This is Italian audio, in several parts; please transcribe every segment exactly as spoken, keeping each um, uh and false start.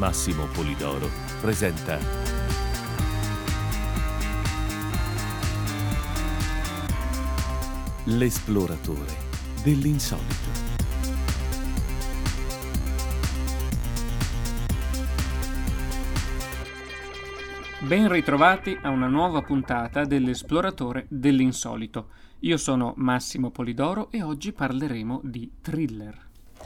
Massimo Polidoro presenta L'esploratore dell'insolito. Ben ritrovati a una nuova puntata dell'esploratore dell'insolito. Io sono Massimo Polidoro e oggi parleremo di thriller.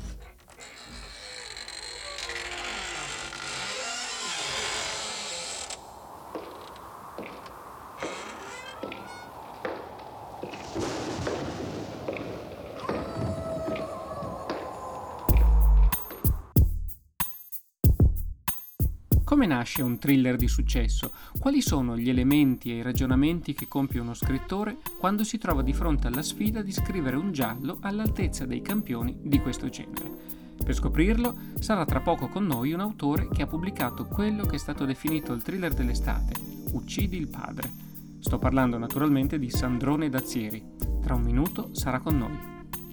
Come nasce un thriller di successo? Quali sono gli elementi e i ragionamenti che compie uno scrittore quando si trova di fronte alla sfida di scrivere un giallo all'altezza dei campioni di questo genere? Per scoprirlo sarà tra poco con noi un autore che ha pubblicato quello che è stato definito il thriller dell'estate, Uccidi il padre. Sto parlando naturalmente di Sandrone Dazieri. Tra un minuto sarà con noi.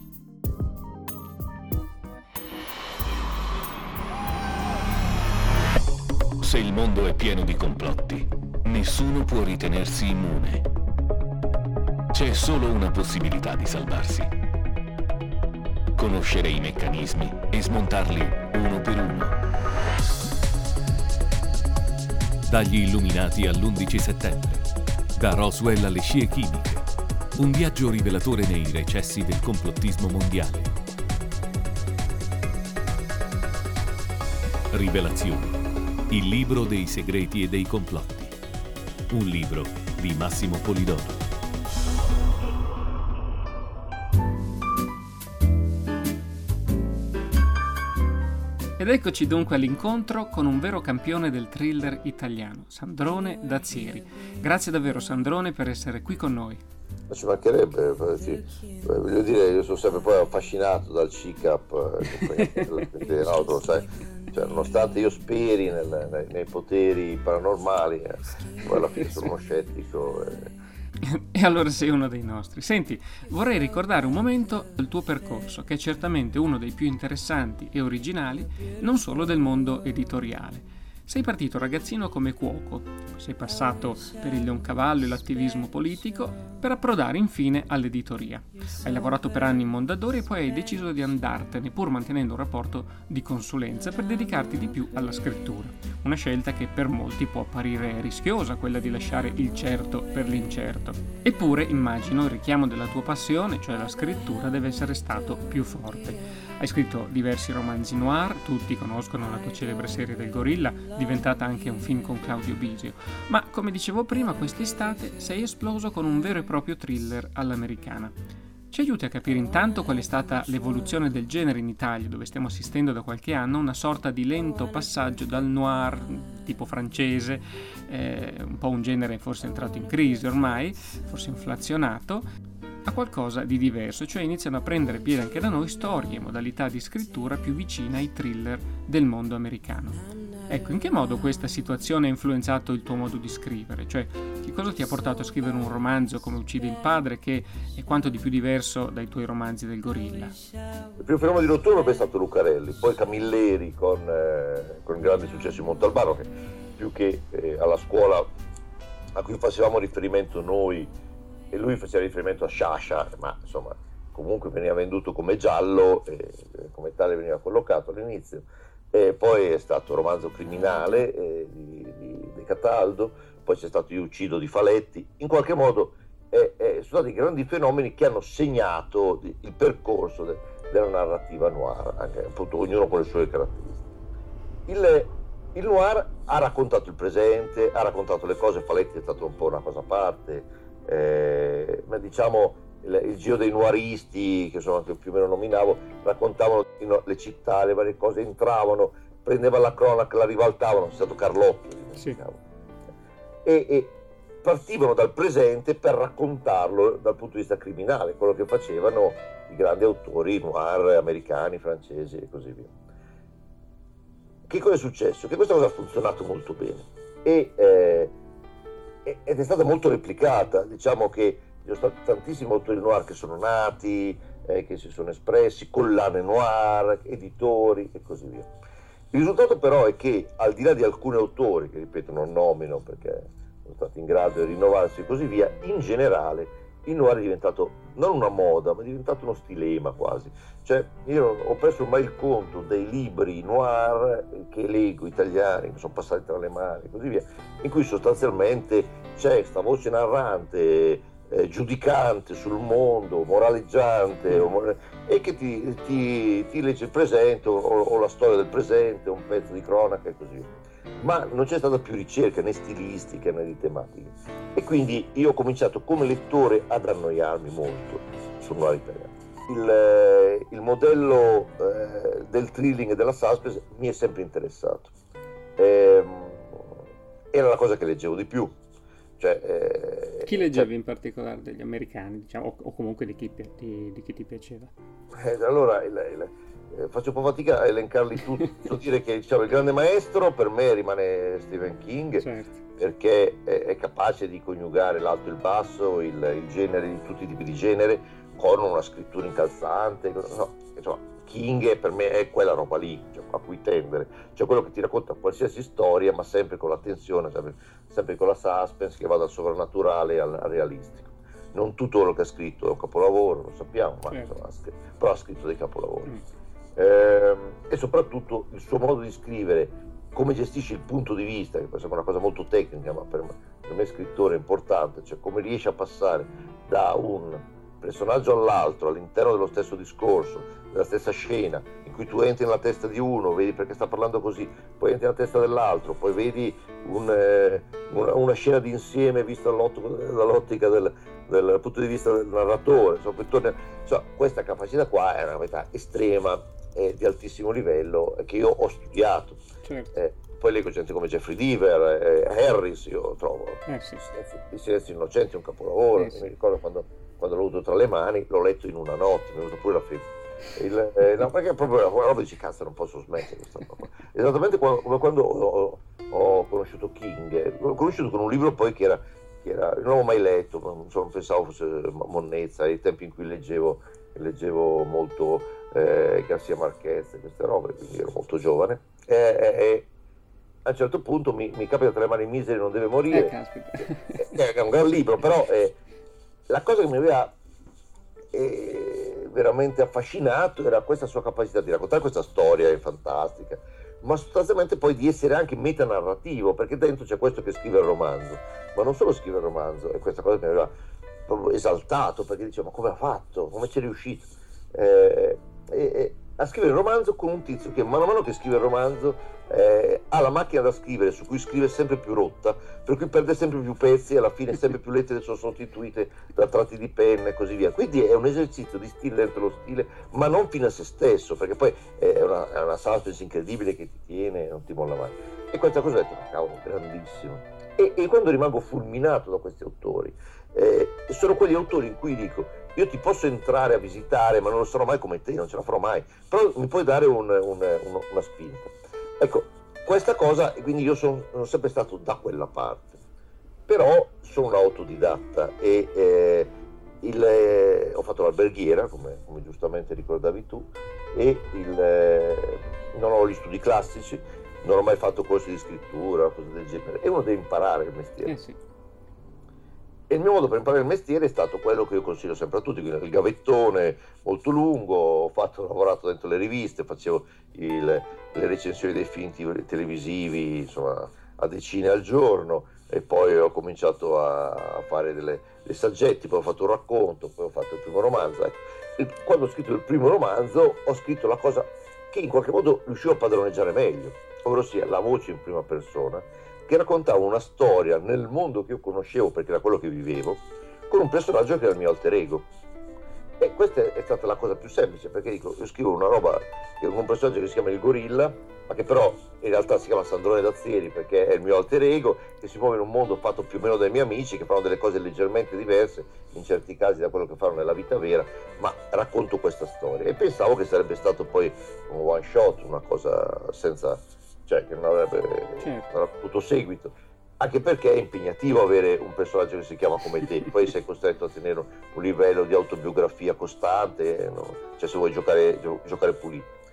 Se il mondo è pieno di complotti, nessuno può ritenersi immune. C'è solo una possibilità di salvarsi: conoscere i meccanismi e smontarli uno per uno. Dagli Illuminati all'undici settembre, da Roswell alle scie chimiche, un viaggio rivelatore nei recessi del complottismo mondiale. Rivelazioni. Il libro dei segreti e dei complotti. Un libro di Massimo Polidoro. Ed eccoci dunque all'incontro con un vero campione del thriller italiano, Sandrone Dazieri. Grazie davvero Sandrone per essere qui con noi. Ma ci mancherebbe, sì. Voglio dire, io sono sempre poi affascinato dal C C A P, no, lo sai. Cioè, nonostante io speri nel, nei, nei poteri paranormali, eh, poi alla fine sono uno scettico. Eh. E allora sei uno dei nostri. Senti, vorrei ricordare un momento del tuo percorso, che è certamente uno dei più interessanti e originali, non solo del mondo editoriale. Sei partito ragazzino come cuoco, sei passato per il leoncavallo e l'attivismo politico per approdare infine all'editoria. Hai lavorato per anni in Mondadori e poi hai deciso di andartene pur mantenendo un rapporto di consulenza per dedicarti di più alla scrittura. Una scelta che per molti può apparire rischiosa, quella di lasciare il certo per l'incerto. Eppure immagino il richiamo della tua passione, cioè la scrittura, deve essere stato più forte. Hai scritto diversi romanzi noir, tutti conoscono la tua celebre serie del Gorilla, diventata anche un film con Claudio Bisio, ma come dicevo prima, quest'estate sei esploso con un vero e proprio thriller all'americana. Ci aiuti a capire intanto qual è stata l'evoluzione del genere in Italia, dove stiamo assistendo da qualche anno a una sorta di lento passaggio dal noir tipo francese, eh, un po' un genere forse entrato in crisi ormai, forse inflazionato, a qualcosa di diverso, cioè iniziano a prendere piede anche da noi storie e modalità di scrittura più vicine ai thriller del mondo americano. Ecco, in che modo questa situazione ha influenzato il tuo modo di scrivere? Cioè, che cosa ti ha portato a scrivere un romanzo come Uccidi il padre, che è quanto di più diverso dai tuoi romanzi del Gorilla? Il primo fenomeno di notturno è stato Lucarelli, poi Camilleri con, eh, con il grande successo di Montalbano, che più che eh, alla scuola a cui facevamo riferimento noi, e lui faceva riferimento a Sciascia, ma insomma comunque veniva venduto come giallo e come tale veniva collocato all'inizio. E poi è stato romanzo criminale eh, di, di, di Cataldo, poi c'è stato Io uccido di Faletti. In qualche modo eh, eh, sono stati grandi fenomeni che hanno segnato di, il percorso de, della narrativa noir, anche appunto ognuno con le sue caratteristiche. Il, il noir ha raccontato il presente, ha raccontato le cose, Faletti è stato un po' una cosa a parte. Eh, ma diciamo il, il giro dei noiristi, che sono anche più o meno nominavo, raccontavano le città, le varie cose, entravano, prendevano la cronaca, la ribaltavano, è stato Carlotti, sì. e, e partivano dal presente per raccontarlo dal punto di vista criminale, quello che facevano i grandi autori noir americani, francesi e così via. Che cosa è successo? Che questa cosa ha funzionato molto bene e eh, ed è stata molto replicata. Diciamo che ci sono stati tantissimi autori noir che sono nati, eh, che si sono espressi, collane noir, editori e così via. Il risultato però è che, al di là di alcuni autori, che ripeto non nomino perché sono stati in grado di rinnovarsi e così via, in generale il noir è diventato non una moda, ma è diventato uno stilema quasi. Cioè, io ho perso ormai il conto dei libri noir che leggo, italiani, che sono passati tra le mani e così via, in cui sostanzialmente c'è questa voce narrante, eh, giudicante sul mondo, moraleggiante, o, e che ti, ti, ti legge il presente o, o la storia del presente, un pezzo di cronaca e così via. Ma non c'è stata più ricerca né stilistica né di tematiche, e quindi io ho cominciato come lettore ad annoiarmi molto sul noir italiano. Il, il modello eh, del thrilling e della suspense mi è sempre interessato, eh, era la cosa che leggevo di più. Cioè, eh, chi leggevi cioè, in particolare degli americani, diciamo, o, o comunque di chi, di, di chi ti piaceva? Eh, allora il, il, eh, faccio un po' fatica a elencarli tutti. Posso dire che, diciamo, il grande maestro per me rimane Stephen King, certo, perché è, è capace di coniugare l'alto e il basso, il, il genere, di tutti i tipi di genere, con una scrittura incalzante. No, insomma, King per me è quella roba lì, cioè, a cui tendere, cioè quello che ti racconta qualsiasi storia, ma sempre con l'attenzione, sempre, sempre con la suspense, che va dal sovrannaturale al, al realistico. Non tutto quello che ha scritto è un capolavoro, lo sappiamo, ma certo, insomma, però ha scritto dei capolavori. Mm. Ehm, e soprattutto il suo modo di scrivere, come gestisce il punto di vista, che può essere una cosa molto tecnica, ma per me, per me scrittore è importante, cioè come riesce a passare da un personaggio all'altro all'interno dello stesso discorso, della stessa scena, in cui tu entri nella testa di uno, vedi perché sta parlando così, poi entri nella testa dell'altro, poi vedi un, eh, una, una scena di insieme vista dall'ottica del, del punto di vista del narratore. Insomma, torna, insomma, questa capacità qua è una capacità estrema e di altissimo livello che io ho studiato. Certo. Eh, poi leggo gente come Jeffrey Deaver, eh, Harris, io trovo eh, sì. I Silenzi Innocenti è un capolavoro, eh, sì. Mi ricordo quando, quando l'ho avuto tra le mani, l'ho letto in una notte, mi è venuta pure la febbre. Il, eh, no, perché proprio la roba dice cazzo, non posso smettere questa roba. Esattamente come, come quando ho, ho conosciuto King, l'ho conosciuto con un libro poi che era, che era non l'avevo mai letto, non so, pensavo fosse monnezza, ai tempi in cui leggevo, leggevo molto eh, Garcia Marquez, queste robe, quindi ero molto giovane, e, e a un certo punto mi, mi capita tra le mani Misery non deve morire, eh, che è un gran libro, però eh, la cosa che mi aveva eh, veramente affascinato era questa sua capacità di raccontare questa storia, è fantastica, ma sostanzialmente poi di essere anche metanarrativo, perché dentro c'è questo che scrive il romanzo, ma non solo scrive il romanzo, e questa cosa mi aveva proprio esaltato, perché dicevo ma come ha fatto, come ci è riuscito eh, e, e, a scrivere il romanzo con un tizio che mano a mano che scrive il romanzo eh, ha la macchina da scrivere su cui scrive sempre più rotta, per cui perde sempre più pezzi e alla fine sempre più lettere sono sostituite da tratti di penna e così via. Quindi è un esercizio di stile dentro lo stile, ma non fino a se stesso, perché poi è una, è una suspense incredibile che ti tiene e non ti molla mai. E questa cosa ho detto, ma cavolo, grandissimo. E, e quando rimango fulminato da questi autori, eh, sono quegli autori in cui dico io ti posso entrare a visitare, ma non lo sarò mai come te, non ce la farò mai, però mi puoi dare un, un, un, una spinta. Ecco, questa cosa, quindi io sono, sono sempre stato da quella parte, però sono un autodidatta e eh, il, eh, ho fatto l'alberghiera, come, come giustamente ricordavi tu, e il, eh, non ho gli studi classici, non ho mai fatto corsi di scrittura, cose del genere, e uno deve imparare il mestiere. Eh sì. E il mio modo per imparare il mestiere è stato quello che io consiglio sempre a tutti, quindi il gavettone molto lungo, ho, fatto, ho lavorato dentro le riviste, facevo il, le recensioni dei film televisivi, insomma, a decine al giorno, e poi ho cominciato a, a fare delle, dei saggetti, poi ho fatto un racconto, poi ho fatto il primo romanzo. E quando ho scritto il primo romanzo ho scritto la cosa che in qualche modo riuscivo a padroneggiare meglio, ovvero sia la voce in prima persona, che raccontava una storia nel mondo che io conoscevo perché era quello che vivevo, con un personaggio che era il mio alter ego. E questa è stata la cosa più semplice, perché dico, io scrivo una roba con un personaggio che si chiama il Gorilla, ma che però in realtà si chiama Sandrone Dazzieri perché è il mio alter ego, che si muove in un mondo fatto più o meno dai miei amici, che fanno delle cose leggermente diverse in certi casi da quello che fanno nella vita vera, ma racconto questa storia. E pensavo che sarebbe stato poi un one shot, una cosa senza, cioè che non avrebbe, certo, non avrebbe avuto seguito, anche perché è impegnativo avere un personaggio che si chiama come te, poi sei costretto a tenere un livello di autobiografia costante, no? Cioè se vuoi giocare, gio- giocare pulito.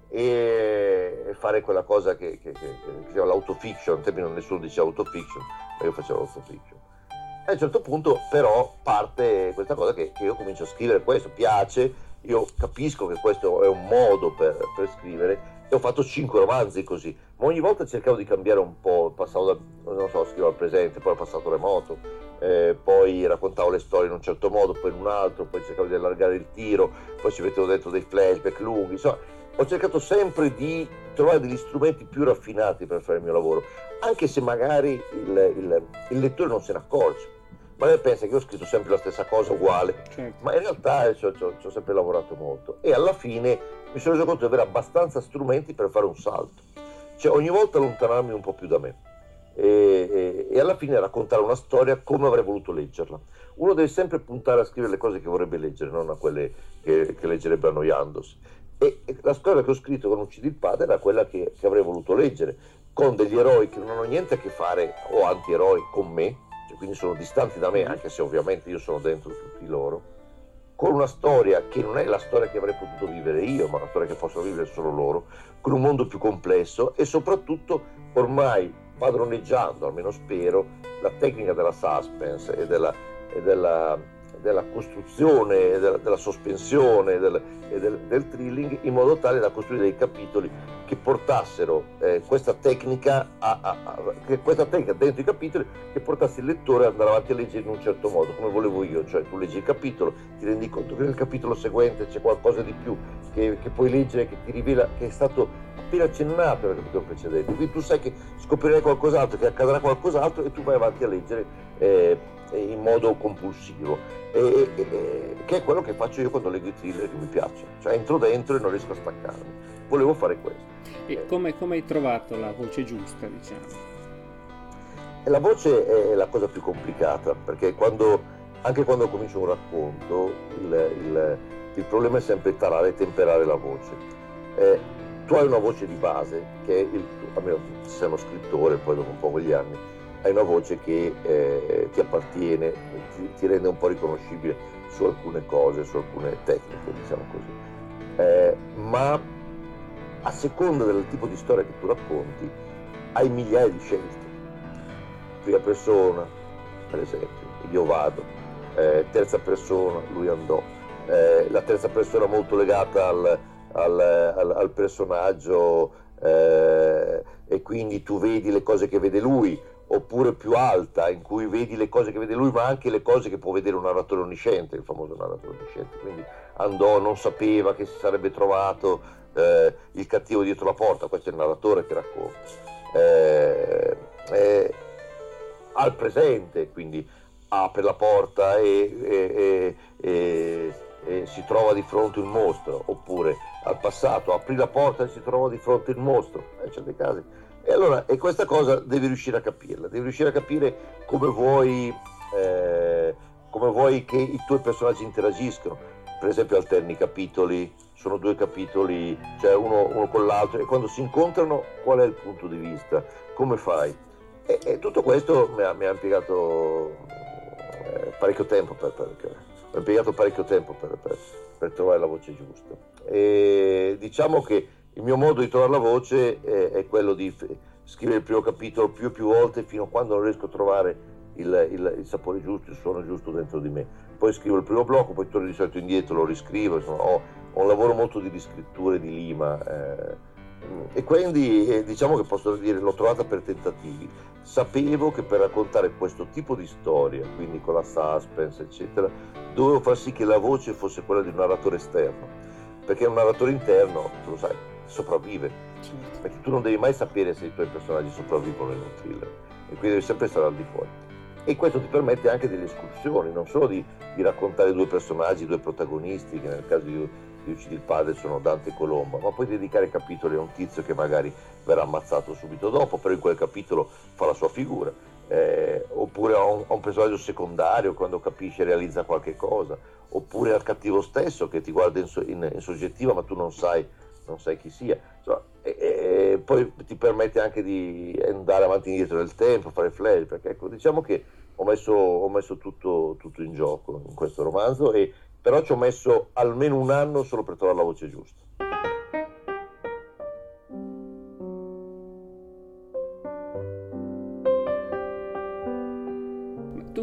e fare quella cosa che, che, che, che si chiama l'autofiction. A tempi non nessuno diceva autofiction, ma io facevo l'autofiction. A un certo punto però parte questa cosa che, che io comincio a scrivere questo, piace, io capisco che questo è un modo per, per scrivere, e ho fatto cinque romanzi così, ma ogni volta cercavo di cambiare un po', passavo da, non so, scrivo al presente, poi al passato remoto, eh, poi raccontavo le storie in un certo modo, poi in un altro, poi cercavo di allargare il tiro, poi ci mettevo dentro dei flashback lunghi, insomma, ho cercato sempre di trovare degli strumenti più raffinati per fare il mio lavoro, anche se magari il, il, il lettore non se ne accorge. Magari pensa che io ho scritto sempre la stessa cosa uguale, Certo. ma in realtà ci ho, ci ho- ci ho sempre lavorato molto, e alla fine mi sono reso conto di avere abbastanza strumenti per fare un salto, cioè ogni volta allontanarmi un po' più da me e, e- e alla fine raccontare una storia come avrei voluto leggerla. Uno deve sempre puntare a scrivere le cose che vorrebbe leggere, non a quelle che, che leggerebbe annoiandosi. E, e la storia che ho scritto con Uccidi il padre era quella che, che avrei voluto leggere, con degli eroi che non hanno niente a che fare, o antieroi, con me, cioè quindi sono distanti da me, anche se ovviamente io sono dentro tutti loro, con una storia che non è la storia che avrei potuto vivere io, ma una storia che possono vivere solo loro, con un mondo più complesso, e soprattutto ormai padroneggiando, almeno spero, la tecnica della suspense e della, e della, della costruzione, e della, della sospensione del, e del, del thrilling, in modo tale da costruire dei capitoli che portassero eh, questa tecnica a, a, a, che questa tecnica dentro i capitoli, che portasse il lettore ad andare avanti a leggere in un certo modo, come volevo io, cioè tu leggi il capitolo, ti rendi conto che nel capitolo seguente c'è qualcosa di più che, che puoi leggere, che ti rivela che è stato appena accennato nel capitolo precedente, quindi tu sai che scoprirai qualcos'altro, che accadrà qualcos'altro, e tu vai avanti a leggere eh, in modo compulsivo, e, e, e, che è quello che faccio io quando leggo i thriller che mi piacciono, cioè entro dentro e non riesco a staccarmi. Volevo fare questo. E come, come hai trovato la voce giusta, diciamo? E la voce è la cosa più complicata, perché quando, anche quando comincio un racconto, il, il, il problema è sempre tarare e temperare la voce. Eh, tu hai una voce di base, che è il, almeno se sei uno scrittore, poi dopo un po' con gli anni, hai una voce che eh, ti appartiene, ti, ti rende un po' riconoscibile su alcune cose, su alcune tecniche, diciamo così. Eh, ma a seconda del tipo di storia che tu racconti, hai migliaia di scelte. Prima persona, per esempio, io vado, eh, terza persona, lui andò, eh, la terza persona molto legata al, al, al, al personaggio, eh, e quindi tu vedi le cose che vede lui, oppure più alta, in cui vedi le cose che vede lui, ma anche le cose che può vedere un narratore onnisciente, il famoso narratore onnisciente. Quindi andò, non sapeva che si sarebbe trovato eh, il cattivo dietro la porta, questo è il narratore che racconta. Eh, eh, al presente, quindi apre la porta e, e, e, e, e si trova di fronte un mostro, oppure al passato apri la porta e si trova di fronte il mostro, in certi casi. E allora, e questa cosa devi riuscire a capirla, devi riuscire a capire come vuoi, eh, come vuoi che i tuoi personaggi interagiscono. Per esempio alterni i capitoli, sono due capitoli, cioè uno, uno con l'altro, e quando si incontrano qual è il punto di vista, come fai? E, e tutto questo mi ha, mi ha impiegato eh, parecchio tempo per, per, per, ho impiegato parecchio tempo per, per, per trovare la voce giusta. E diciamo che il mio modo di trovare la voce è, è quello di f- scrivere il primo capitolo più e più volte fino a quando non riesco a trovare il, il, il sapore giusto, il suono giusto dentro di me. Poi scrivo il primo blocco, poi torno di solito indietro, lo riscrivo, insomma, ho, ho un lavoro molto di riscrittura e di lima, eh, e quindi eh, diciamo che posso dire l'ho trovata per tentativi. Sapevo che per raccontare questo tipo di storia, quindi con la suspense eccetera, dovevo far sì che la voce fosse quella di un narratore esterno, perché un narratore interno, tu lo sai, sopravvive, Certo. perché tu non devi mai sapere se i tuoi personaggi sopravvivono in un thriller, e quindi devi sempre stare al di fuori. E questo ti permette anche delle escursioni, non solo di, di raccontare due personaggi, due protagonisti, che nel caso di, di Uccidi il padre sono Dante e Colomba, ma poi dedicare capitoli a un tizio che magari verrà ammazzato subito dopo, però in quel capitolo fa la sua figura, eh, oppure a un, a un personaggio secondario, quando capisce realizza qualche cosa, oppure al cattivo stesso che ti guarda in, so, in, in soggettiva, ma tu non sai, non sai chi sia. Insomma, e, e poi ti permette anche di andare avanti e indietro nel tempo, fare flash, perché ecco, diciamo che ho messo, ho messo tutto, tutto in gioco in questo romanzo, e però ci ho messo almeno un anno solo per trovare la voce giusta.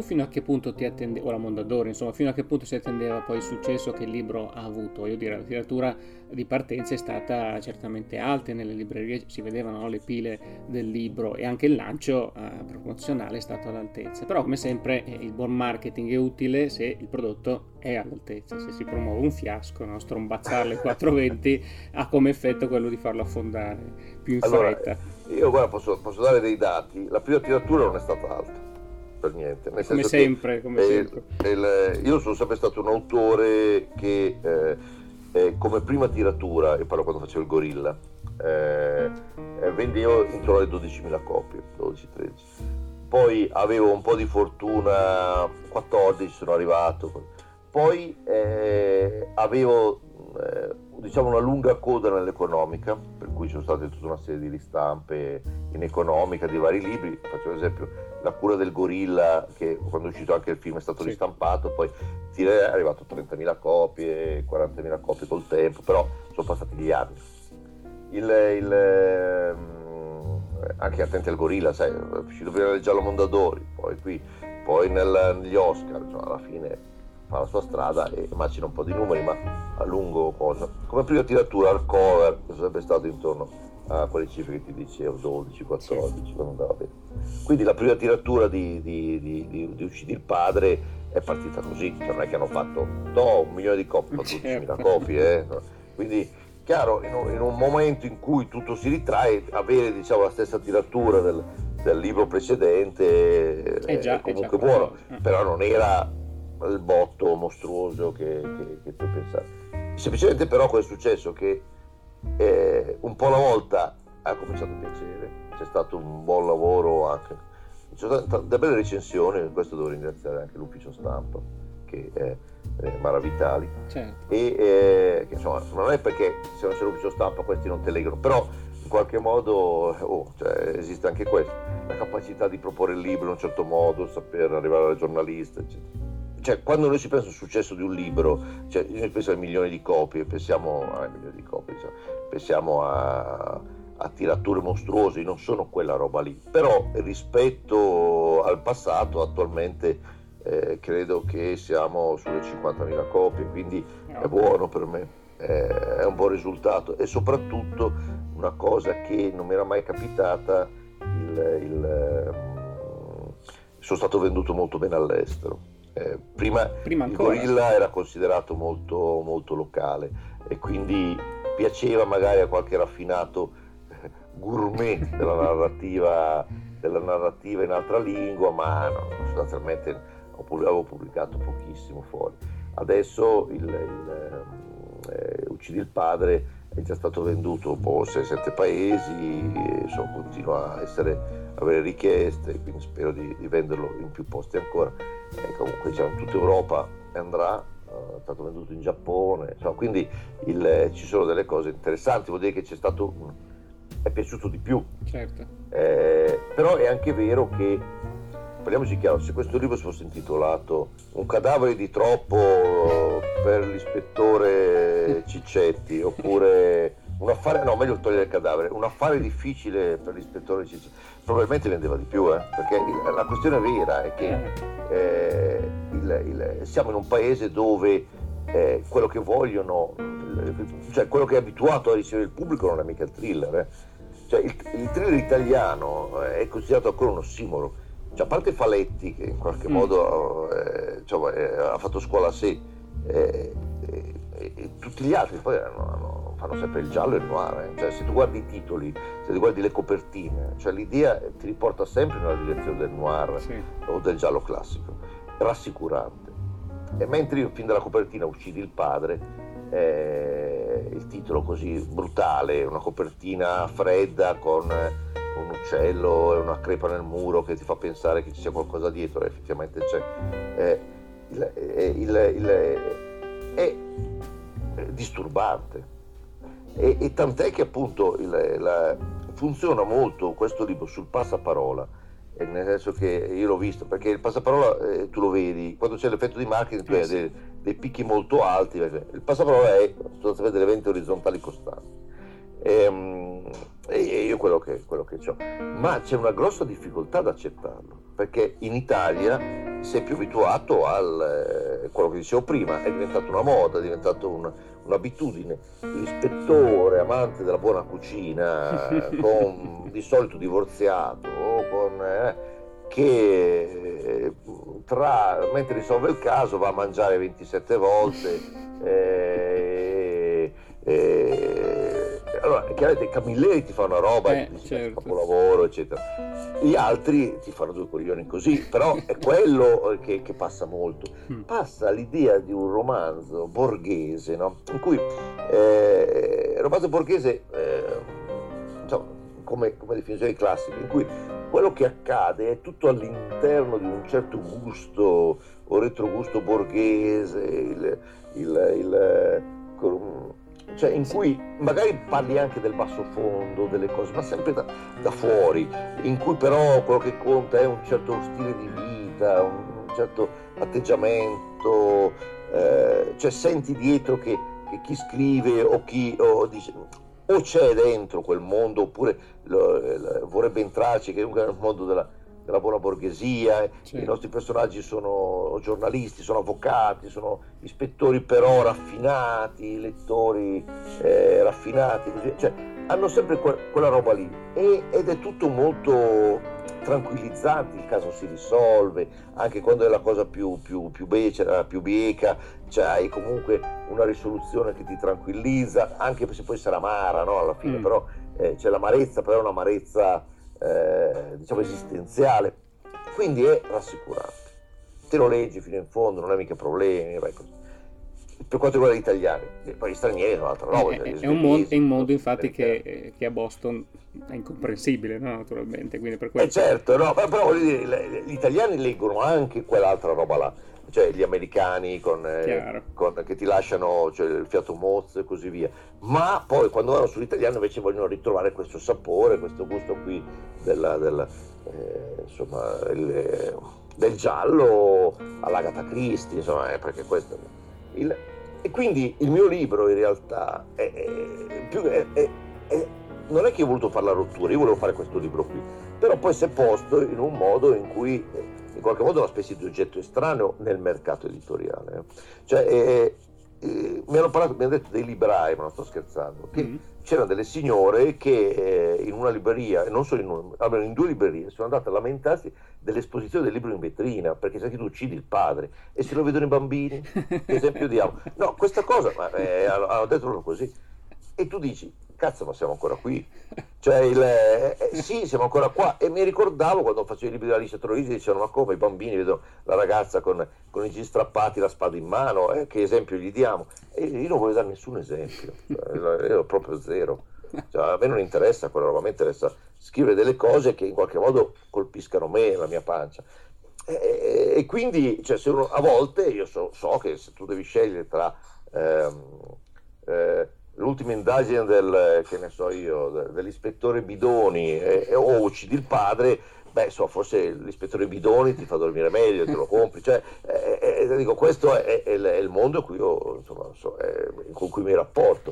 fino a che punto ti attende, o la Mondadori, insomma, fino a che punto si attendeva poi il successo che il libro ha avuto? Io direi la tiratura di partenza è stata certamente alta, nelle librerie si vedevano, no, le pile del libro, e anche il lancio eh, promozionale è stato all'altezza. Però come sempre eh, il buon marketing è utile se il prodotto è all'altezza. Se si promuove un fiasco, no, strombazzarle quattro venti ha come effetto quello di farlo affondare più in allora, fretta. Io guarda, posso, posso dare dei dati. La prima tiratura non è stata alta, per niente. Nel Come senso sempre, che, come eh, sempre. Il, io sono sempre stato un autore che eh, eh, come prima tiratura, io parlo quando facevo il Gorilla, eh, eh, vendevo intorno alle dodicimila copie, dodici tredici. Poi avevo un po' di fortuna, quattordici sono arrivato. Poi eh, avevo eh, diciamo una lunga coda nell'economica, per cui ci sono state tutta una serie di ristampe in economica di vari libri. Faccio esempio La cura del gorilla, che quando è uscito anche il film è stato sì. ristampato, poi è arrivato a trentamila copie, quarantamila copie col tempo, però sono passati gli anni. Il, il, anche Attenti al gorilla, sai, è uscito prima nel Giallo Mondadori, poi qui, poi nel, negli Oscar, cioè alla fine fa la sua strada e macina un po' di numeri, ma a lungo cosa. Come prima tiratura hardcover è sempre stato intorno a quelle cifre che ti dicevo, dodici quattordici, quando andava bene. Quindi la prima tiratura di, di, di, di, di Uccidi il padre è partita così, cioè non è che hanno fatto no, un milione di copie, ma dodicimila copie, eh. Quindi chiaro, in un, in un momento in cui tutto si ritrae, avere diciamo la stessa tiratura del, del libro precedente è, già, è comunque è buono, però non era il botto mostruoso che, che, che puoi pensare. Semplicemente però cosa è successo? Che eh, un po' alla volta ha cominciato a piacere, c'è stato un buon lavoro anche, c'è stata da belle recensioni, in questo devo ringraziare anche l'ufficio stampa che è eh, Maravitali, certo. E eh, che insomma non è perché se non c'è l'ufficio stampa questi non te leggono, però in qualche modo oh, cioè, esiste anche questo, la capacità di proporre il libro in un certo modo, saper arrivare al giornalista, eccetera. Cioè, quando noi si pensa al successo di un libro, cioè, noi pensiamo a milioni di copie, pensiamo a milioni di copie, diciamo, pensiamo a, a tirature mostruose, non sono quella roba lì. Però rispetto al passato, attualmente eh, credo che siamo sulle cinquantamila copie, quindi è buono per me, eh, è un buon risultato. E soprattutto una cosa che non mi era mai capitata, il, il, um, sono stato venduto molto bene all'estero. Eh, prima, prima il Gorilla era considerato molto, molto locale e quindi piaceva magari a qualche raffinato eh, gourmet della narrativa, della narrativa in altra lingua, ma no, sostanzialmente avevo pubblicato pochissimo fuori. Adesso il, il eh, Uccidi il padre è già stato venduto in sei sette paesi, e so, continua a essere avere richieste, quindi spero di, di venderlo in più posti ancora. E comunque già in tutta Europa andrà, uh, è stato venduto in Giappone, insomma, quindi il, eh, ci sono delle cose interessanti, vuol dire che c'è stato un, è piaciuto di più. Certo. Eh, però è anche vero che, parliamoci chiaro, se questo libro si fosse intitolato Un cadavere di troppo per l'ispettore Ciccetti, oppure un affare, no, meglio togliere il cadavere, un affare difficile per l'ispettore Ciccetti, probabilmente vendeva di più, eh? Perché il, la questione vera è che eh, il, il, siamo in un paese dove eh, quello che vogliono, cioè quello che è abituato a ricevere il pubblico non è mica il thriller, eh? Cioè il, il thriller italiano è considerato ancora un ossimoro, cioè, a parte Faletti che in qualche mm. modo eh, cioè, eh, ha fatto scuola a sé, eh, eh, e tutti gli altri poi hanno, hanno, fanno sempre il giallo e il noir, eh? Cioè, se tu guardi i titoli, se tu guardi le copertine, cioè l'idea ti riporta sempre nella direzione del noir, sì, o del giallo classico, rassicurante. E mentre io fin dalla copertina Uccidi il padre, eh, il titolo così brutale, una copertina fredda con un uccello e una crepa nel muro che ti fa pensare che ci sia qualcosa dietro, e effettivamente c'è, eh, il, il, il, è disturbante, e, e tant'è che appunto il, la, funziona molto questo libro sul passaparola, eh, nel senso che io l'ho visto, perché il passaparola eh, tu lo vedi quando c'è l'effetto di marketing, tu hai dei, dei picchi molto alti, il passaparola è sostanzialmente delle eventi orizzontali costanti, e, e io quello che, quello che ho, ma c'è una grossa difficoltà ad accettarlo. perché in Italia si è più abituato al eh, quello che dicevo prima, è diventato una moda, è diventato un, un'abitudine. L'ispettore amante della buona cucina, con, di solito divorziato, con, eh, che eh, tra, mentre risolve il caso va a mangiare ventisette volte. Eh, eh, allora, chiaramente i Camilleri ti fa una roba, eh, ti dici, certo. capolavoro, eccetera. Gli altri ti fanno due coglioni così, però è quello che, che passa molto. Passa l'idea di un romanzo borghese, no? In cui eh, romanzo borghese, eh, insomma, come, come definizione classica, in cui quello che accade è tutto all'interno di un certo gusto o retrogusto borghese, il, il, il, cioè in cui magari parli anche del basso fondo, delle cose, ma sempre da, da fuori, in cui però quello che conta è un certo stile di vita, un certo atteggiamento, eh, cioè senti dietro che, che chi scrive o chi o dice o c'è dentro quel mondo oppure lo, lo, vorrebbe entrarci, che comunque è il mondo della, della buona borghesia. Certo. I nostri personaggi sono giornalisti, sono avvocati, sono ispettori però raffinati, lettori eh, raffinati, così. Cioè, hanno sempre que- quella roba lì e, ed è tutto molto tranquillizzante, il caso si risolve, anche quando è la cosa più, più, più becera, più bieca, cioè hai comunque una risoluzione che ti tranquillizza, anche se poi sarà amara, no? Alla fine, mm. però eh, c'è l'amarezza, però è un'amarezza eh, diciamo esistenziale, quindi è rassicurante. Te lo leggi fino in fondo, non hai mica problemi, vai così. Per quanto riguarda gli italiani, poi gli stranieri sono un'altra roba. È, è, un mondo, è un mondo infatti che, che a Boston è incomprensibile, no? Naturalmente, quindi per questo... Eh certo, no, però voglio dire, gli italiani leggono anche quell'altra roba là, cioè gli americani con, eh, con, che ti lasciano, cioè, il fiato mozzo e così via, ma poi quando vanno sull'italiano invece vogliono ritrovare questo sapore, questo gusto qui della, della, eh, insomma, il, del giallo all'Agatha Christie, insomma, eh, perché questo... Il, e quindi il mio libro in realtà è, è, più, è, è, è, non è che io ho voluto fare la rottura, io volevo fare questo libro qui, però poi si è posto in un modo in cui in qualche modo è una specie di oggetto estraneo nel mercato editoriale. Cioè, eh, eh, mi hanno parlato, mi hanno detto dei librai, ma non sto scherzando, che mm. c'erano delle signore che eh, in una libreria, e non solo in una, almeno in due librerie, sono andate a lamentarsi dell'esposizione del libro in vetrina, perché sai che tu uccidi il padre e se lo vedono i bambini, che esempio diamo? No, questa cosa, ma, eh, hanno detto loro così, e tu dici, cazzo, ma siamo ancora qui, cioè il, eh, sì, siamo ancora qua. E mi ricordavo quando facevo i libri della Alice Troisi, dicevano, ma come i bambini vedono la ragazza con, con i jeans strappati, la spada in mano, eh, che esempio gli diamo? E io non voglio dare nessun esempio, io ero proprio zero, cioè, a me non interessa quella roba, a me interessa scrivere delle cose che in qualche modo colpiscano me, la mia pancia. E, e quindi, cioè, se uno, a volte io so, so che se tu devi scegliere tra ehm, eh, l'ultima indagine del, che ne so io, dell'ispettore Bidoni e, o uccidi il padre, beh, so, forse l'ispettore Bidoni ti fa dormire meglio, te lo compri, cioè, eh, eh, dico, questo è, è, è il mondo in cui io, insomma, so, è, con cui mi rapporto.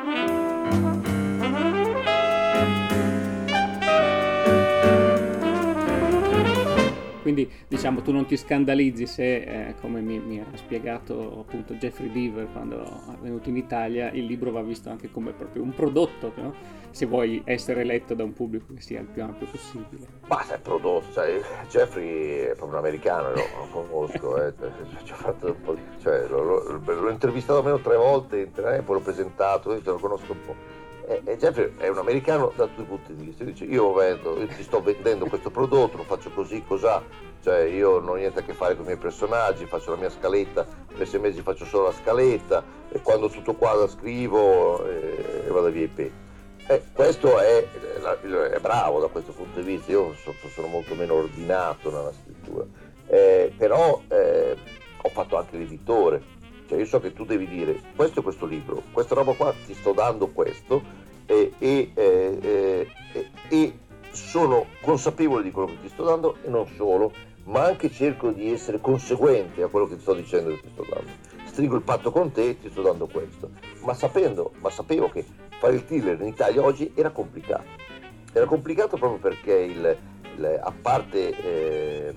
Quindi diciamo tu non ti scandalizzi se, eh, come mi, mi ha spiegato appunto Jeffrey Deaver quando è venuto in Italia, il libro va visto anche come proprio un prodotto, no? Se vuoi essere letto da un pubblico che sia il più ampio possibile. Ma se è prodotto, cioè, Jeffrey è proprio un americano, no? Lo conosco, eh, ci ho fatto un po' di, cioè, l'ho, l'ho, l'ho intervistato almeno tre volte, poi l'ho presentato, io te lo conosco un po'. E Jeffrey è un americano da tutti i punti di vista, dice io vendo, io ti sto vendendo questo prodotto, lo faccio così, cos'ha, cioè io non ho niente a che fare con i miei personaggi, faccio la mia scaletta, per sei mesi faccio solo la scaletta e quando tutto qua scrivo e, e vado via i peli. Eh, questo è, è bravo da questo punto di vista, io sono, sono molto meno ordinato nella scrittura, eh, però eh, ho fatto anche l'editore. Cioè io so che tu devi dire questo è questo libro, questa roba qua ti sto dando questo e, e, e, e, e sono consapevole di quello che ti sto dando e non solo, ma anche cerco di essere conseguente a quello che ti sto dicendo che ti sto dando. Stringo il patto con te e ti sto dando questo, ma sapendo, ma sapevo che fare il thriller in Italia oggi era complicato, era complicato proprio perché il, il, a parte eh,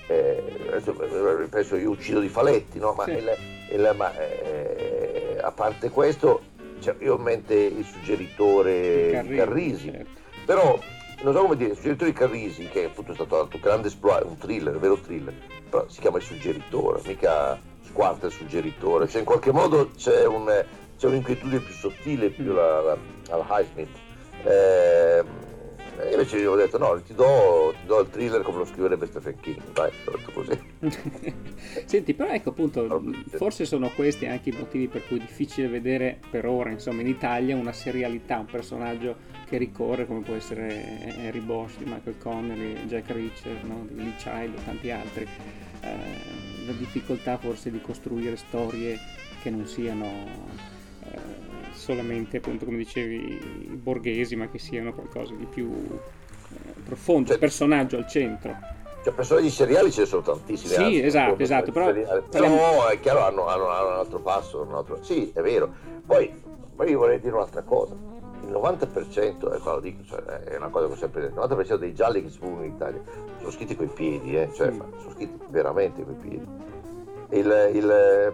eh, penso Io uccido di Faletti, no? Ma, Sì. il, il, ma eh, a parte questo, cioè, io ho in mente Il suggeritore Carrisi, di Carrisi, certo. però non so come dire, Il suggeritore di Carrisi, che appunto è stato un altro grande esploit, un thriller, un vero thriller, però si chiama Il suggeritore, mica Squarta il suggeritore, cioè in qualche modo c'è, un, c'è un'inquietudine più sottile, più la, la, alla Highsmith. Eh, E invece io ho detto no, ti do, ti do il thriller come lo scriverebbe Stephen King, dai, ho detto così. Senti, però ecco appunto, forse sono questi anche i motivi per cui è difficile vedere per ora, insomma, in Italia una serialità, un personaggio che ricorre come può essere Harry Bosch di Michael Connelly, Jack Reacher, no? Di Lee Child e tanti altri. Eh, la difficoltà forse di costruire storie che non siano eh, solamente, appunto, come dicevi, borghesi, ma che siano qualcosa di più eh, profondo, Cioè, il personaggio al centro. Cioè personaggi seriali ce ne sono tantissimi. Sì, anzi, esatto, esatto, però, seriali. Però è chiaro, hanno, hanno, hanno un altro passo, un altro... sì, è vero. Poi, poi io vorrei dire un'altra cosa. Il novanta per cento, ecco, lo dico, cioè, è una cosa che ho sempre detto, il novanta per cento dei gialli che si pubblicano in Italia sono scritti coi piedi, eh, cioè, Mm. sono scritti veramente coi piedi. Il, il,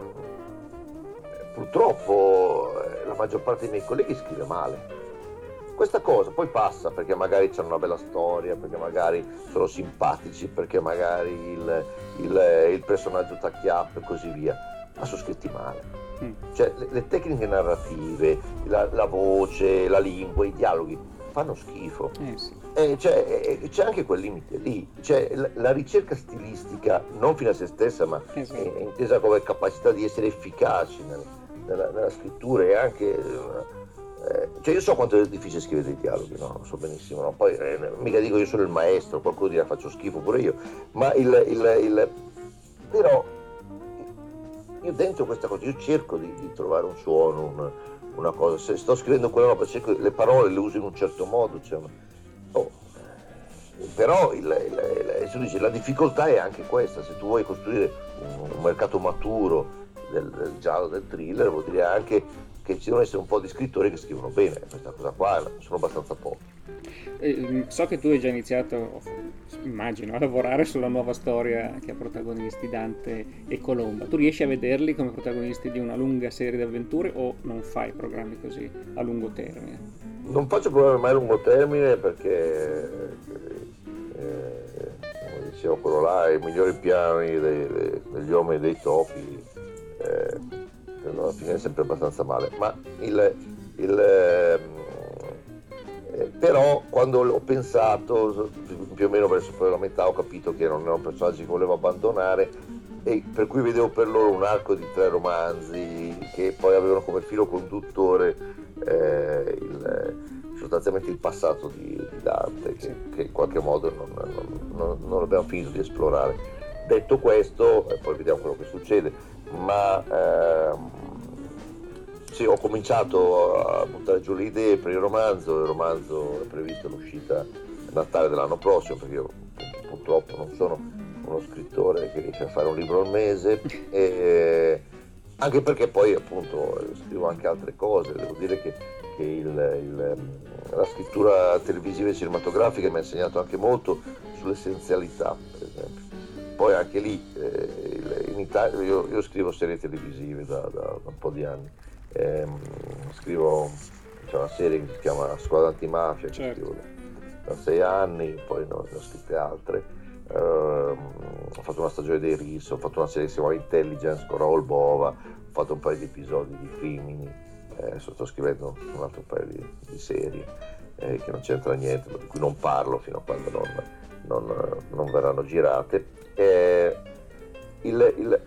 purtroppo la maggior parte dei miei colleghi scrive male. Questa cosa poi passa perché magari c'hanno una bella storia, perché magari sono simpatici, perché magari il, il, il personaggio t'acchiappa e così via, ma sono scritti male. Mm. Cioè le, le tecniche narrative, la, la voce, la lingua, i dialoghi fanno schifo. Eh sì. Eh, cioè, eh, c'è anche quel limite lì, cioè, la, la ricerca stilistica non fino a se stessa, ma Esatto. è, è intesa come capacità di essere efficaci nel, nella, nella scrittura e anche eh, cioè io so quanto è difficile scrivere dei dialoghi, no? Lo so benissimo, no? Poi eh, mica dico io sono il maestro, qualcuno dirà faccio schifo pure io, ma il, il, il però io dentro questa cosa io cerco di, di trovare un suono, un, una cosa, se sto scrivendo quella roba cerco, le parole le uso in un certo modo, cioè, oh, però il, il, il, dice, la difficoltà è anche questa, se tu vuoi costruire un, un mercato maturo del, del giallo, del thriller, vuol dire anche che ci devono essere un po' di scrittori che scrivono bene, questa cosa qua sono abbastanza pochi. Eh, so che tu hai già iniziato, immagino, a lavorare sulla nuova storia che ha protagonisti Dante e Colomba. Tu riesci a vederli come protagonisti di una lunga serie di avventure o non fai programmi così a lungo termine? Non faccio programmi mai a lungo termine perché, eh, come dicevo quello là, i migliori piani dei, dei, degli uomini e dei topi eh, alla fine è sempre abbastanza male. Ma il... il eh, però quando l'ho pensato più o meno verso poi la metà ho capito che non erano personaggi che volevo abbandonare e per cui vedevo per loro un arco di tre romanzi che poi avevano come filo conduttore eh, il, sostanzialmente il passato di, di Dante che, che in qualche modo non, non, non, non abbiamo finito di esplorare. Detto questo, e poi vediamo quello che succede, ma ehm, sì, ho cominciato a buttare giù le idee per il romanzo, il romanzo è previsto l'uscita a Natale dell'anno prossimo perché io purtroppo non sono uno scrittore che riesce a fare un libro al mese e anche perché poi appunto scrivo anche altre cose, devo dire che, che il, il, la scrittura televisiva e cinematografica mi ha insegnato anche molto sull'essenzialità, per esempio. Poi anche lì eh, in Italia io, io scrivo serie televisive da, da, da un po' di anni. Eh, scrivo, c'è una serie che si chiama Squadra Antimafia, certo, che scrivo da sei anni, poi ne ho, ne ho scritte altre. Eh, ho fatto una stagione dei Ris, ho fatto una serie che si chiama Intelligence con Raoul Bova, ho fatto un paio di episodi di Crimini, eh, sto scrivendo un altro paio di, di serie eh, che non c'entra niente, di cui non parlo fino a quando non, non, non verranno girate. Eh, il, il,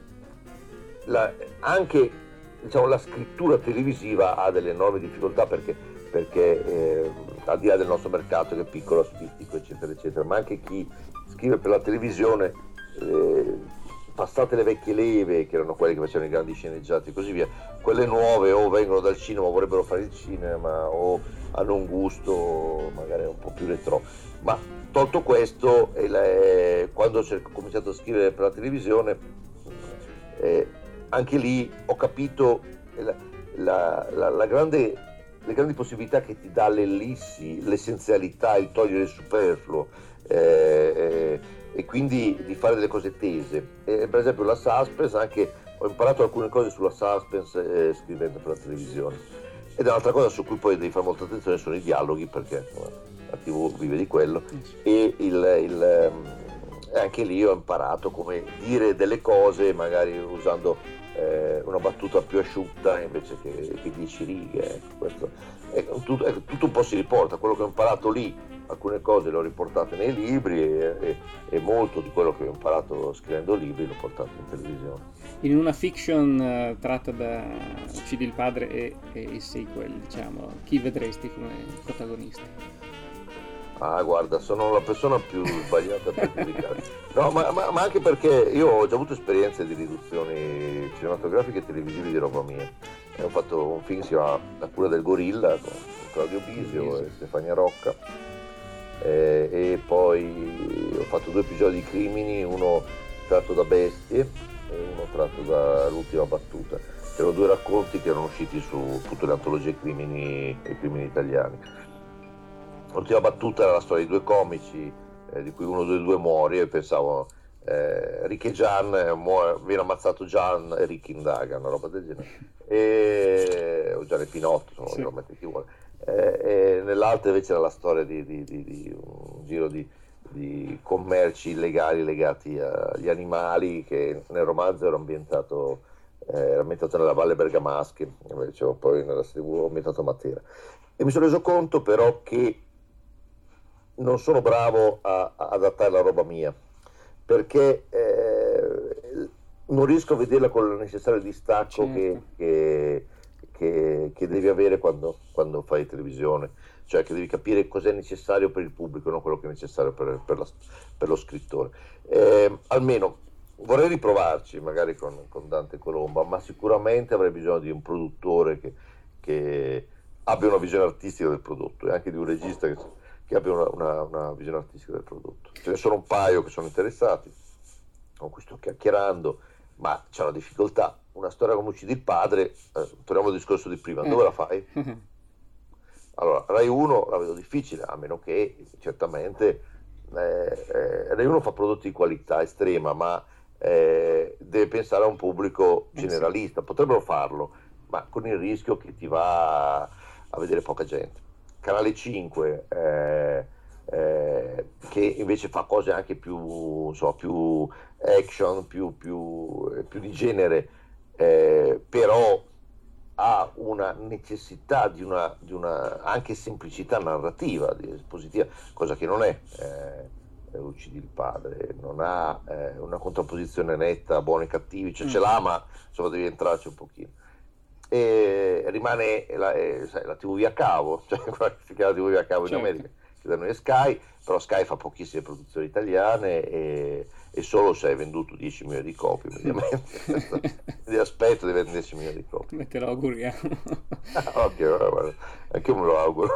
la, anche diciamo la scrittura televisiva ha delle enormi difficoltà perché, perché eh, al di là del nostro mercato che è piccolo, astistico eccetera eccetera, ma anche chi scrive per la televisione eh, passate le vecchie leve che erano quelle che facevano i grandi sceneggiati e così via, quelle nuove o vengono dal cinema o vorrebbero fare il cinema o hanno un gusto magari un po' più retro, ma tolto questo eh, quando ho cominciato a scrivere per la televisione eh, anche lì ho capito la, la, la, la grande, le grandi possibilità che ti dà l'ellissi, l'essenzialità, il togliere il superfluo, eh, e quindi di fare delle cose tese. E, per esempio la suspense, anche ho imparato alcune cose sulla suspense eh, scrivendo per la televisione. Ed è un'altra cosa su cui poi devi fare molta attenzione sono i dialoghi, perché insomma, la tivù vive di quello, e il, il, anche lì ho imparato come dire delle cose magari usando eh, una battuta più asciutta invece che, che dieci righe. Ecco, questo è, tutto, è, tutto un po' si riporta, quello che ho imparato lì, alcune cose le ho riportate nei libri e, e, e molto di quello che ho imparato scrivendo libri l'ho portato in televisione. In una fiction uh, tratta da Uccidi il padre e, e il sequel, diciamo, chi vedresti come protagonisti? Ah, guarda, sono la persona più sbagliata per giudicare. No, ma, ma, ma anche perché io ho già avuto esperienze di riduzioni cinematografiche e televisive di roba mia. E ho fatto un film, si chiama La cura del gorilla, con Claudio Bisio e Stefania Rocca. Eh, e poi ho fatto due episodi di Crimini, uno tratto da Bestie e uno tratto da L'ultima battuta. Erano due racconti che erano usciti su tutte le antologie crimini e crimini italiani. L'ultima battuta era la storia di due comici, eh, di cui uno dei due muore, e pensavo eh, Rick e Gian, eh, muore, viene ammazzato Gian e Rick indaga, una roba del genere, e, o Gian e Pinotto, insomma, sì. Lo chi vuole. Eh, e nell'altra invece era la storia di, di, di, di un giro di, di commerci illegali legati agli animali, che nel romanzo era ambientato, eh, era ambientato nella Valle Bergamaschi, invece poi nella serie ambientato a Matera. E mi sono reso conto però che non sono bravo a, a adattare la roba mia, perché eh, non riesco a vederla con il necessario distacco, certo, che, che, che, che devi avere quando, quando fai televisione, cioè che devi capire cos'è necessario per il pubblico, non quello che è necessario per, per, la, per lo scrittore. Eh, almeno vorrei riprovarci magari con, con Dante Colomba, ma sicuramente avrei bisogno di un produttore che, che abbia una visione artistica del prodotto, e anche di un regista che che abbia una, una, una visione artistica del prodotto. Ce ne sono un paio che sono interessati, con cui sto chiacchierando, ma c'è una difficoltà. Una storia come Uccidi il padre, eh, torniamo al discorso di prima, dove la fai? Allora, Rai uno la vedo difficile, a meno che certamente eh, eh, Rai uno fa prodotti di qualità estrema, ma eh, deve pensare a un pubblico generalista. Potrebbero farlo, ma con il rischio che ti va a vedere poca gente. Canale cinque eh, eh, che invece fa cose anche più, so, più action, più, più, più di genere, eh, però ha una necessità di una, di una anche semplicità narrativa, di espositiva, cosa che non è eh, Uccidi il padre, non ha eh, una contrapposizione netta, buoni e cattivi, cioè mm. ce l'ha, ma insomma devi entrarci un pochino. E rimane la, eh, sai, la tivù via cavo, cioè quella che si chiama tivù via cavo, certo, in America, che da noi è Sky, però Sky fa pochissime produzioni italiane e, e solo se hai venduto dieci milioni di copie, mediamente. Quindi aspetto di vendere dieci milioni di copie. Ma te lo auguriamo. Ah, ok, guarda, guarda. Anche io me lo auguro.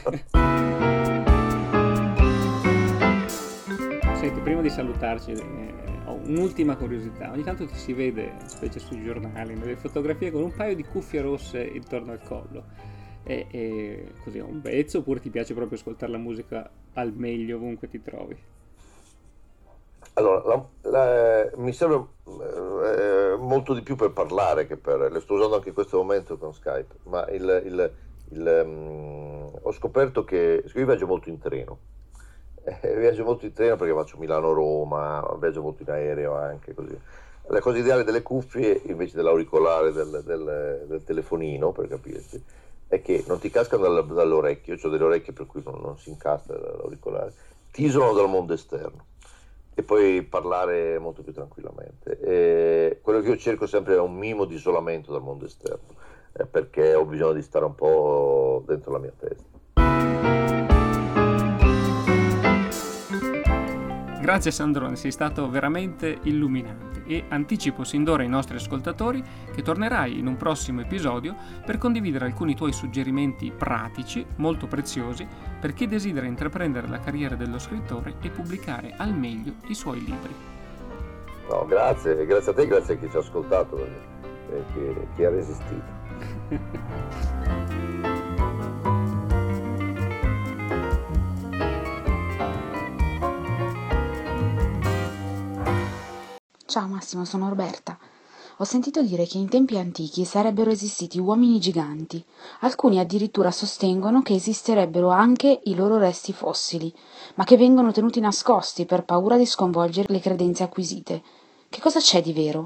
Senti, prima di salutarci, eh, ho un'ultima curiosità. Ogni tanto ti si vede, specie sui giornali, nelle fotografie, con un paio di cuffie rosse intorno al collo. E, e così, un vezzo, oppure ti piace proprio ascoltare la musica al meglio ovunque ti trovi? Allora, la, la, mi serve eh, molto di più per parlare che per... Le sto usando anche in questo momento con Skype, ma il, il, il, um, ho scoperto che io viaggio molto in treno. Eh, viaggio molto in treno perché faccio Milano-Roma, viaggio molto in aereo anche, così. La cosa ideale delle cuffie, invece dell'auricolare del, del, del telefonino, per capirsi, è che non ti cascano dal, dall'orecchio. Io ho delle orecchie per cui non, non si incastra l'auricolare, ti isolano dal mondo esterno e puoi parlare molto più tranquillamente. E quello che io cerco sempre è un minimo di isolamento dal mondo esterno, eh, perché ho bisogno di stare un po' dentro la mia testa. Grazie Sandrone, sei stato veramente illuminante e anticipo sin d'ora ai nostri ascoltatori che tornerai in un prossimo episodio per condividere alcuni tuoi suggerimenti pratici, molto preziosi, per chi desidera intraprendere la carriera dello scrittore e pubblicare al meglio i suoi libri. No, grazie, grazie a te, grazie a chi ci ha ascoltato e che, che ha resistito. Ciao Massimo, sono Roberta. Ho sentito dire che in tempi antichi sarebbero esistiti uomini giganti. Alcuni addirittura sostengono che esisterebbero anche i loro resti fossili, ma che vengono tenuti nascosti per paura di sconvolgere le credenze acquisite. Che cosa c'è di vero?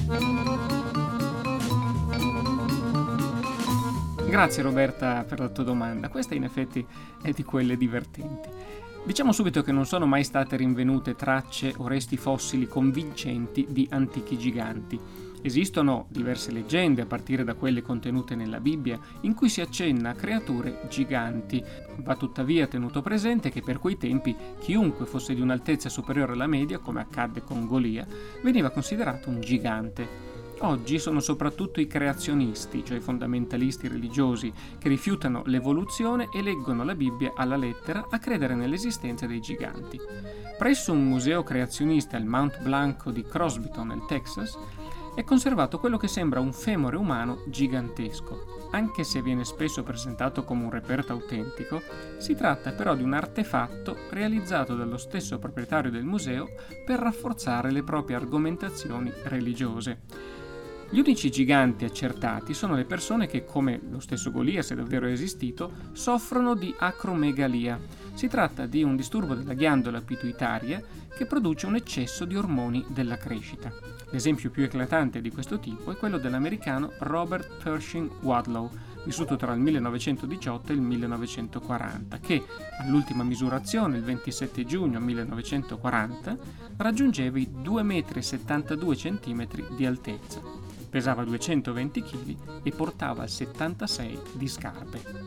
Grazie Roberta per la tua domanda. Questa in effetti è di quelle divertenti. Diciamo subito che non sono mai state rinvenute tracce o resti fossili convincenti di antichi giganti. Esistono diverse leggende, a partire da quelle contenute nella Bibbia, in cui si accenna a creature giganti. Va tuttavia tenuto presente che per quei tempi chiunque fosse di un'altezza superiore alla media, come accadde con Golia, veniva considerato un gigante. Oggi sono soprattutto i creazionisti, cioè i fondamentalisti religiosi, che rifiutano l'evoluzione e leggono la Bibbia alla lettera a credere nell'esistenza dei giganti. Presso un museo creazionista, il Mount Blanco di Crosbyton, nel Texas, è conservato quello che sembra un femore umano gigantesco. Anche se viene spesso presentato come un reperto autentico, si tratta però di un artefatto realizzato dallo stesso proprietario del museo per rafforzare le proprie argomentazioni religiose. Gli unici giganti accertati sono le persone che, come lo stesso Golia, se davvero è esistito, soffrono di acromegalia. Si tratta di un disturbo della ghiandola pituitaria che produce un eccesso di ormoni della crescita. L'esempio più eclatante di questo tipo è quello dell'americano Robert Pershing Wadlow, vissuto tra il millenovecentodiciotto e il millenovecentoquaranta, che all'ultima misurazione, il ventisette giugno millenovecentoquaranta, raggiungeva i due virgola settantadue centimetri di altezza. Pesava duecentoventi chili e portava settantasei di scarpe.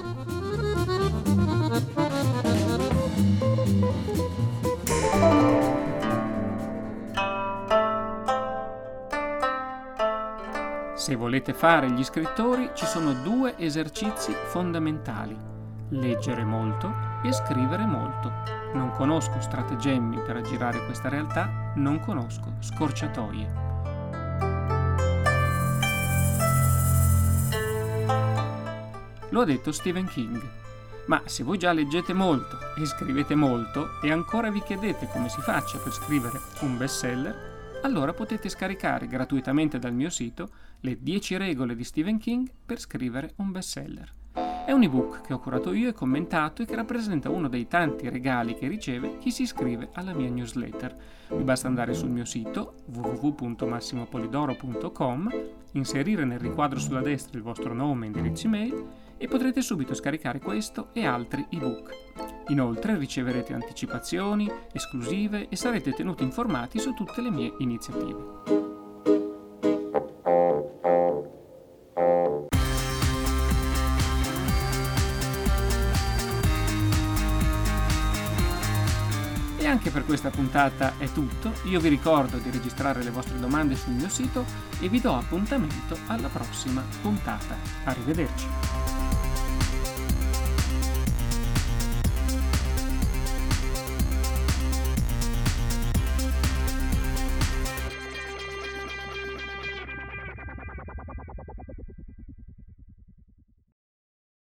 Se volete fare gli scrittori, ci sono due esercizi fondamentali: leggere molto e scrivere molto. Non conosco stratagemmi per aggirare questa realtà, non conosco scorciatoie. Lo ha detto Stephen King. Ma se voi già leggete molto e scrivete molto e ancora vi chiedete come si faccia per scrivere un bestseller, allora potete scaricare gratuitamente dal mio sito le dieci regole di Stephen King per scrivere un bestseller. È un ebook che ho curato io e commentato e che rappresenta uno dei tanti regali che riceve chi si iscrive alla mia newsletter. Vi basta andare sul mio sito w w w punto massimo polidoro punto com, inserire nel riquadro sulla destra il vostro nome e indirizzo email e potrete subito scaricare questo e altri ebook. Inoltre riceverete anticipazioni, esclusive e sarete tenuti informati su tutte le mie iniziative. E anche per questa puntata è tutto. Io vi ricordo di registrare le vostre domande sul mio sito e vi do appuntamento alla prossima puntata. Arrivederci.